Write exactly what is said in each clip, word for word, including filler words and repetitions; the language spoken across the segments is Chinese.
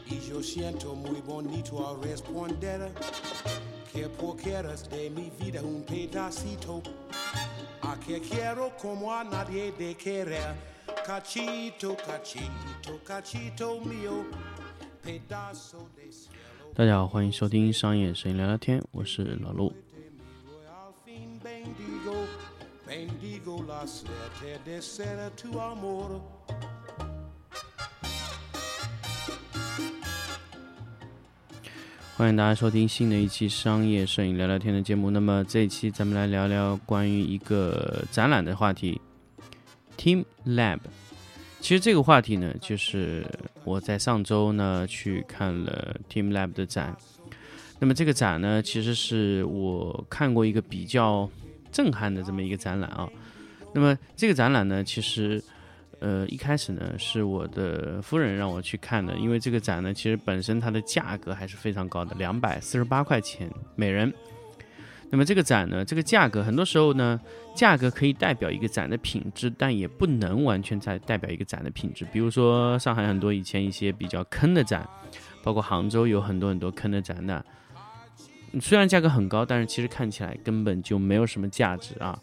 E yo siento muy bonito a responder que por quieres de mi vida un pedacito. A que quiero como a nadie de querer. Cachito, cachito, cachito mío, pedazo de cielo. 大家好，欢迎收听商业摄影聊聊天，我是老陆。 Bendigo la suerte de ser tu amor。 欢迎大家收听新的一期商业摄影聊聊天的节目。那么这一期咱们来聊聊关于一个展览的话题 Team Lab。 其实这个话题呢，就是我在上周呢去看了 Team Lab 的展。那么这个展呢，其实是我看过一个比较震撼的这么一个展览啊。那么这个展览呢，其实呃，一开始呢是我的夫人让我去看的，因为这个展呢，其实本身它的价格还是非常高的，两百四十八块钱每人。那么这个展呢，这个价格很多时候呢，价格可以代表一个展的品质，但也不能完全在代表一个展的品质。比如说上海很多以前一些比较坑的展，包括杭州有很多很多坑的展的，虽然价格很高，但是其实看起来根本就没有什么价值啊。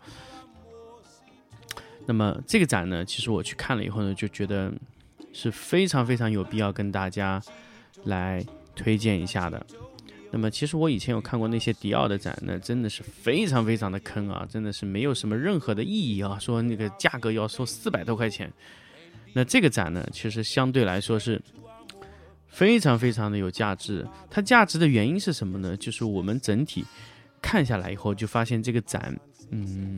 那么这个展呢，其实我去看了以后呢，就觉得是非常非常有必要跟大家来推荐一下的。那么其实我以前有看过那些迪奥的展呢，真的是非常非常的坑啊，真的是没有什么任何的意义啊，说那个价格要收四百多块钱。那这个展呢，其实相对来说是非常非常的有价值。它价值的原因是什么呢？就是我们整体看下来以后，就发现这个展，嗯，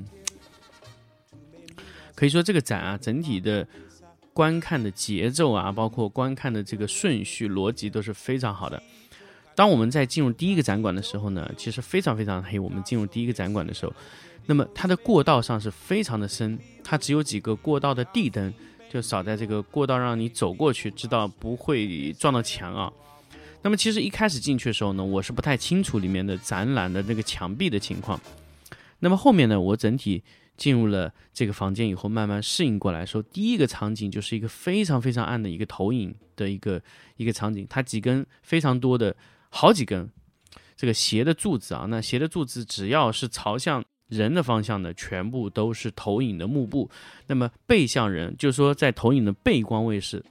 可以说这个展啊，整体的观看的节奏啊，包括观看的这个顺序逻辑都是非常好的。当我们在进入第一个展馆的时候呢，其实非常非常黑。我们进入第一个展馆的时候，那么它的过道上是非常的深，它只有几个过道的地灯，就扫在这个过道让你走过去，知道不会撞到墙啊。那么其实一开始进去的时候呢，我是不太清楚里面的展览的那个墙壁的情况。那么后面呢，我整体进入了这个房间以后，慢慢适应过来说，第一个场景就是一个非常非常暗的一个投影的一个一个场景，它几根非常多的好几根这个斜的柱子啊，那斜的柱子只要是朝向人的方向的，全部都是投影的幕布。那么背向人，就是说在投影的背光位是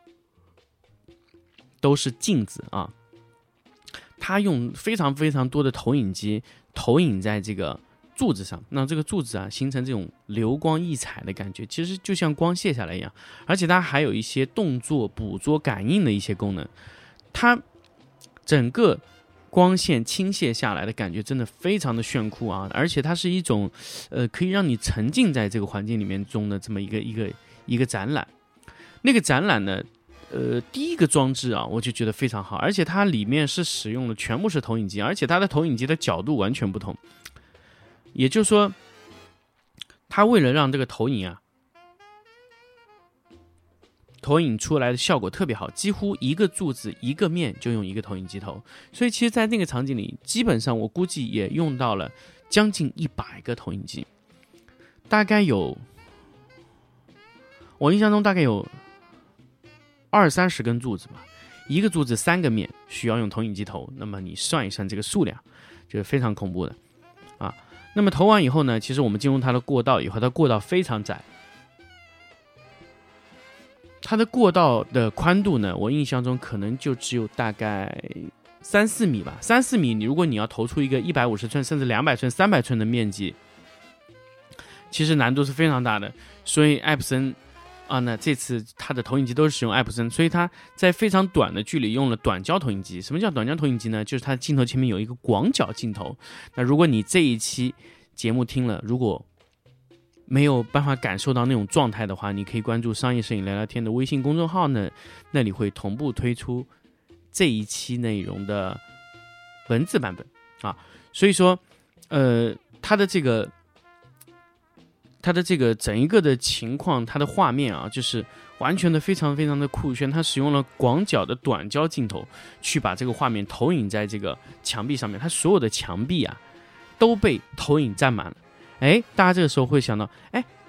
都是镜子啊。它用非常非常多的投影机投影在这个柱子上，那这个柱子啊形成这种流光溢彩的感觉，其实就像光卸下来一样。而且它还有一些动作捕捉感应的一些功能，它整个光线倾泻下来的感觉真的非常的炫酷啊！而且它是一种呃可以让你沉浸在这个环境里面中的这么一个一个一个展览。那个展览呢，呃第一个装置啊，我就觉得非常好，而且它里面是使用的全部是投影机，而且它的投影机的角度完全不同。也就是说，它为了让这个投影啊投影出来的效果特别好，几乎一个柱子一个面就用一个投影机投，所以其实在那个场景里，基本上我估计也用到了将近一百个投影机，大概有，我印象中大概有二三十根柱子吧，一个柱子三个面需要用投影机投，那么你算一算这个数量，就是非常恐怖的啊。那么投完以后呢，其实我们进入它的过道以后，它过道非常窄。它的过道的宽度呢，我印象中可能就只有大概三四米吧，三四米。你如果你要投出一个一百五十寸甚至两百寸、三百寸的面积，其实难度是非常大的。所以艾普森啊，那这次它的投影机都是使用艾普森，所以它在非常短的距离用了短焦投影机。什么叫短焦投影机呢？就是它的镜头前面有一个广角镜头。那如果你这一期节目听了，如果没有办法感受到那种状态的话，你可以关注商业摄影聊聊天的微信公众号呢，那里会同步推出这一期内容的文字版本啊。所以说，呃，它的这个，它的这个整一个的情况，它的画面啊，就是完全的非常非常的酷炫。它使用了广角的短焦镜头去把这个画面投影在这个墙壁上面，它所有的墙壁啊都被投影占满了。哎，大家这个时候会想到，哎，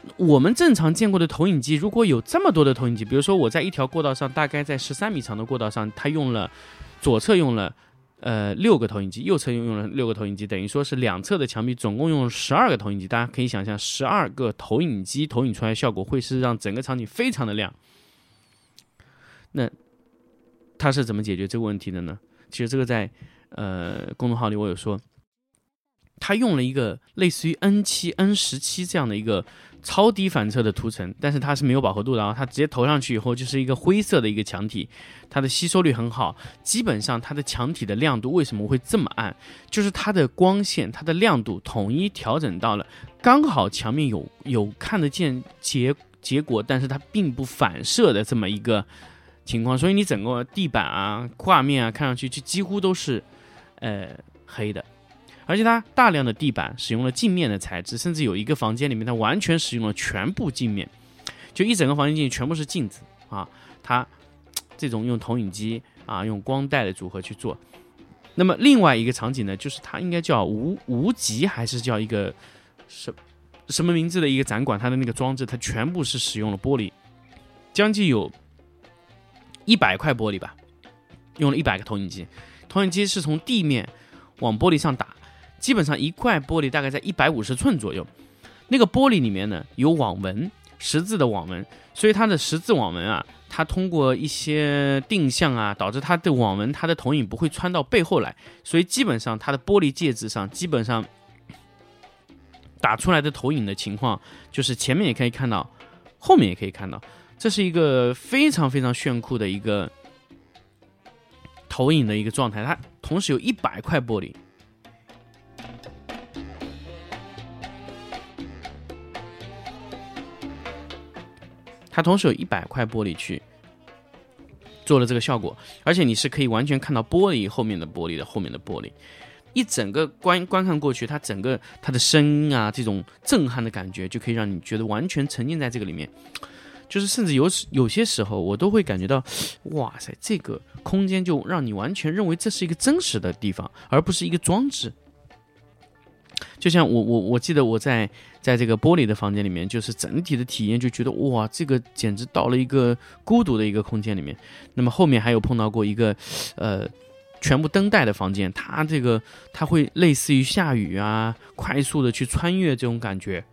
我们正常见过的投影机，如果有这么多的投影机，比如说我在一条过道上，大概在十三米长的过道上，它用了左侧用了呃六个投影机，右侧用了六个投影机，等于说是两侧的墙壁总共用了十二个投影机。大家可以想象，十二个投影机投影出来的效果会是让整个场景非常的亮。那它是怎么解决这个问题的呢？其实这个在呃公众号里我有说，他用了一个类似于 N 七、N 十七 这样的一个超低反射的涂层，但是它是没有饱和度的，然后它直接投上去以后就是一个灰色的一个墙体，它的吸收率很好，基本上它的墙体的亮度为什么会这么暗，就是它的光线、它的亮度统一调整到了刚好墙面有有看得见结结果，但是它并不反射的这么一个情况，所以你整个地板啊、画面啊看上去就几乎都是呃黑的。而且它大量的地板使用了镜面的材质，甚至有一个房间里面它完全使用了全部镜面，就一整个房间进去全部是镜子啊。它这种用投影机啊、用光带的组合去做。那么另外一个场景呢，就是它应该叫无无极还是叫一个什什么名字的一个展馆，它的那个装置它全部是使用了玻璃，将近有一百块玻璃吧，用了一百个投影机，投影机是从地面往玻璃上打。基本上一块玻璃大概在一百五十寸左右，那个玻璃里面呢有网纹，十字的网纹，所以它的十字网纹啊，它通过一些定向啊，导致它的网纹它的投影不会穿到背后来，所以基本上它的玻璃介质上基本上打出来的投影的情况，就是前面也可以看到，后面也可以看到，这是一个非常非常炫酷的一个投影的一个状态。它同时有一百块玻璃。它同时有一百块玻璃去做了这个效果，而且你是可以完全看到玻璃后面的玻璃的后面的玻璃，一整个观观看过去，它整个它的声音啊，这种震撼的感觉，就可以让你觉得完全沉浸在这个里面。就是甚至有有些时候，我都会感觉到，哇塞，这个空间就让你完全认为这是一个真实的地方，而不是一个装置。就像我我我记得我在在这个玻璃的房间里面，就是整体的体验就觉得哇，这个简直到了一个孤独的一个空间里面。那么后面还有碰到过一个呃全部灯带的房间，它这个它会类似于下雨啊，快速的去穿越这种感觉。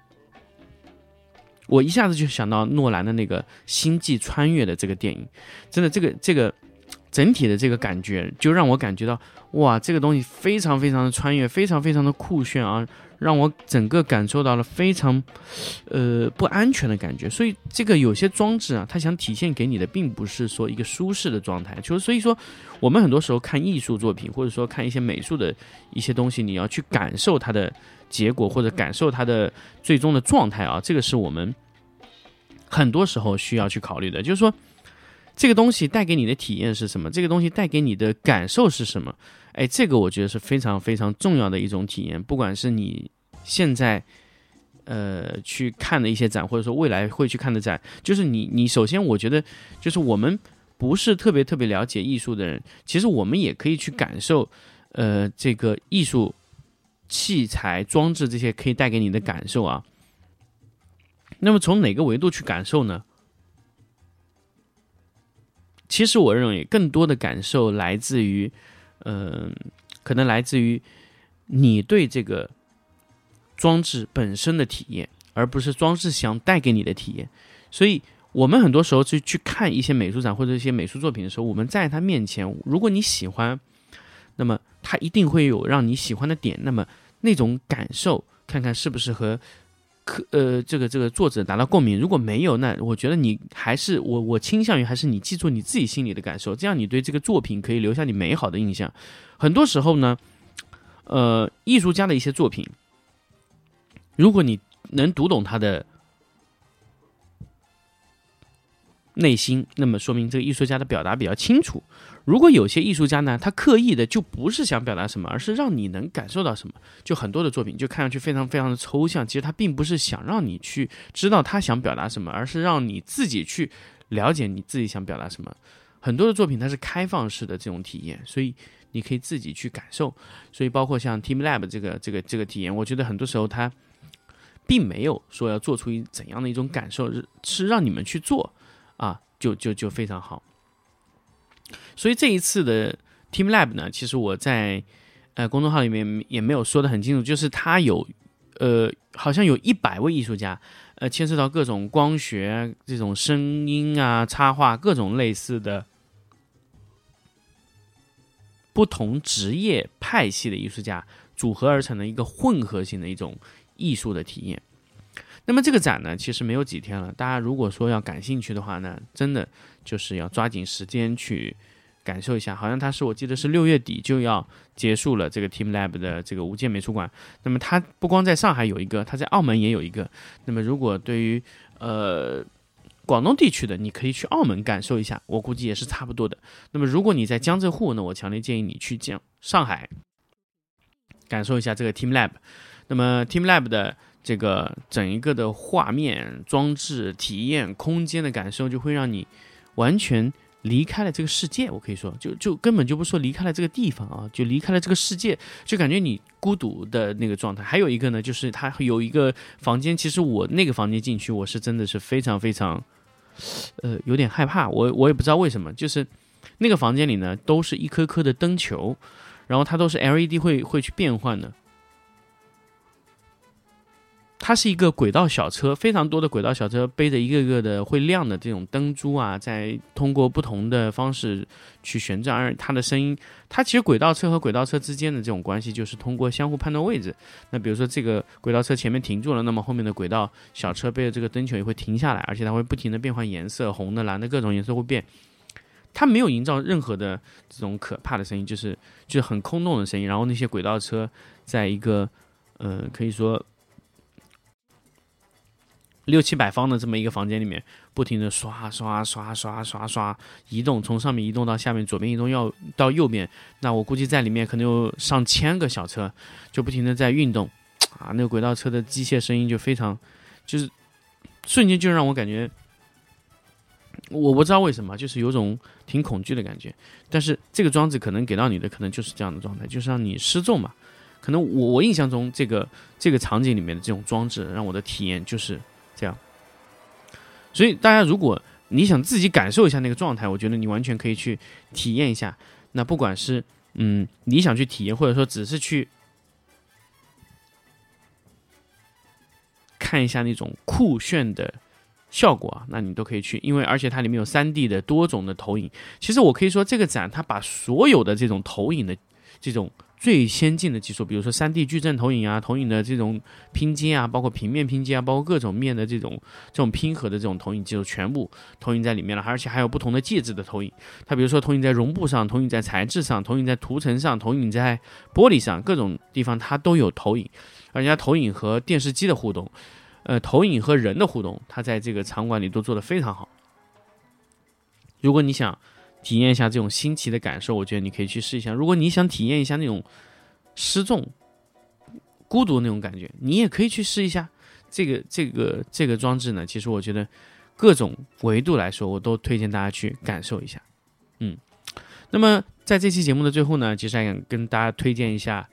我一下子就想到诺兰的那个《星际穿越》的这个电影，真的这个这个整体的这个感觉，就让我感觉到哇，这个东西非常非常的穿越，非常非常的酷炫啊，让我整个感受到了非常呃不安全的感觉。所以这个有些装置啊，它想体现给你的并不是说一个舒适的状态，就是所以说我们很多时候看艺术作品，或者说看一些美术的一些东西，你要去感受它的结果，或者感受它的最终的状态啊，这个是我们很多时候需要去考虑的。就是说这个东西带给你的体验是什么，这个东西带给你的感受是什么，哎，这个我觉得是非常非常重要的一种体验。不管是你现在呃去看的一些展，或者说未来会去看的展，就是你你首先我觉得就是我们不是特别特别了解艺术的人，其实我们也可以去感受呃这个艺术器材装置这些可以带给你的感受啊。那么从哪个维度去感受呢？其实我认为更多的感受来自于呃可能来自于你对这个装置本身的体验，而不是装置想带给你的体验。所以我们很多时候去去看一些美术展或者一些美术作品的时候，我们在它面前，如果你喜欢，那么它一定会有让你喜欢的点，那么那种感受看看是不是和呃，这个这个作者达到共鸣。如果没有，那我觉得你还是我我倾向于还是你记住你自己心里的感受，这样你对这个作品可以留下你美好的印象。很多时候呢，呃，艺术家的一些作品，如果你能读懂他的内心，那么说明这个艺术家的表达比较清楚。如果有些艺术家呢，他刻意的就不是想表达什么，而是让你能感受到什么，就很多的作品就看上去非常非常的抽象，其实他并不是想让你去知道他想表达什么，而是让你自己去了解你自己想表达什么。很多的作品它是开放式的这种体验，所以你可以自己去感受。所以包括像 TeamLab 这个这个这个体验，我觉得很多时候它并没有说要做出一怎样的一种感受，是让你们去做啊，就就就非常好。所以这一次的 TeamLab 呢，其实我在呃公众号里面也没有说得很清楚，就是它有呃好像有一百位艺术家，呃牵涉到各种光学、这种声音啊、插画各种类似的不同职业派系的艺术家组合而成的一个混合型的一种艺术的体验。那么这个展呢，其实没有几天了，大家如果说要感兴趣的话呢，真的就是要抓紧时间去感受一下。好像它是我记得是六月底就要结束了这个 TeamLab 的这个无界美术馆。那么它不光在上海有一个，它在澳门也有一个。那么如果对于呃广东地区的，你可以去澳门感受一下，我估计也是差不多的。那么如果你在江浙沪呢，我强烈建议你去江上海感受一下这个 TeamLab。那么 TeamLab 的这个整一个的画面、装置、体验、空间的感受，就会让你完全离开了这个世界。我可以说，就就根本就不说离开了这个地方啊，就离开了这个世界，就感觉你孤独的那个状态。还有一个呢，就是它有一个房间，其实我那个房间进去，我是真的是非常非常，呃，有点害怕。我我也不知道为什么，就是那个房间里呢，都是一颗颗的灯球，然后它都是 L E D 会会去变换的。它是一个轨道小车，非常多的轨道小车背着一个个的会亮的这种灯珠啊，在通过不同的方式去旋转，而它的声音，它其实轨道车和轨道车之间的这种关系就是通过相互判断位置。那比如说这个轨道车前面停住了，那么后面的轨道小车背着这个灯球也会停下来，而且它会不停的变换颜色，红的、蓝的各种颜色会变。它没有营造任何的这种可怕的声音，就是就是很空洞的声音。然后那些轨道车在一个呃可以说六七百方的这么一个房间里面，不停的刷刷刷刷刷刷移动，从上面移动到下面，左边移动要到右边。那我估计在里面可能有上千个小车，就不停的在运动啊。那个轨道车的机械声音就非常，就是瞬间就让我感觉，我不知道为什么，就是有种挺恐惧的感觉。但是这个装置可能给到你的可能就是这样的状态，就是让你失重嘛。可能我我印象中这个这个场景里面的这种装置，让我的体验就是这样。所以大家如果你想自己感受一下那个状态，我觉得你完全可以去体验一下。那不管是嗯你想去体验，或者说只是去看一下那种酷炫的效果啊，那你都可以去，因为而且它里面有 三 D 的多种的投影。其实我可以说这个展它把所有的这种投影的这种最先进的技术，比如说 三 D 矩阵投影啊，投影的这种拼接啊，包括平面拼接啊，包括各种面的这种这种拼合的这种投影技术，全部投影在里面了。而且还有不同的介质的投影，它比如说投影在绒布上，投影在材质上，投影在涂层上，投影在玻璃上，各种地方它都有投影。而且它投影和电视机的互动，呃，投影和人的互动，它在这个场馆里都做得非常好。如果你想体验一下这种新奇的感受，我觉得你可以去试一下。如果你想体验一下那种失重、孤独那种感觉，你也可以去试一下这个这个这个装置呢。其实我觉得各种维度来说，我都推荐大家去感受一下。嗯，那么在这期节目的最后呢，其实还想跟大家推荐一下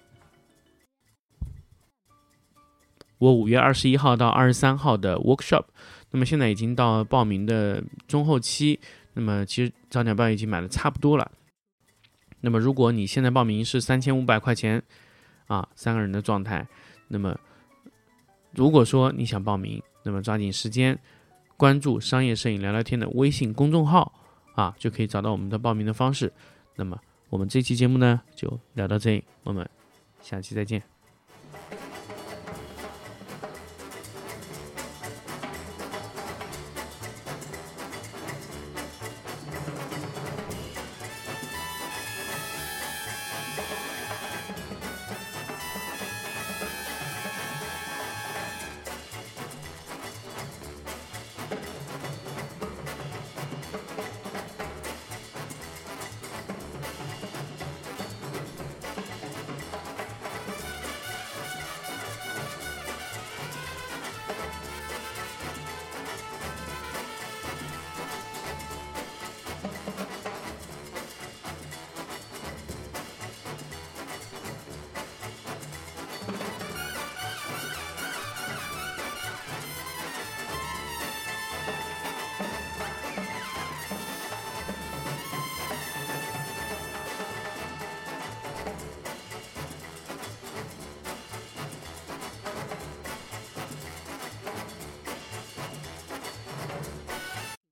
我五月二十一号到二十三号的 workshop。那么现在已经到报名的中后期。那么其实早鸟票已经买的差不多了。那么如果你现在报名是三千五百块钱啊，三个人的状态。那么如果说你想报名，那么抓紧时间关注商业摄影聊聊天的微信公众号啊，就可以找到我们的报名的方式。那么我们这期节目呢就聊到这里，我们下期再见。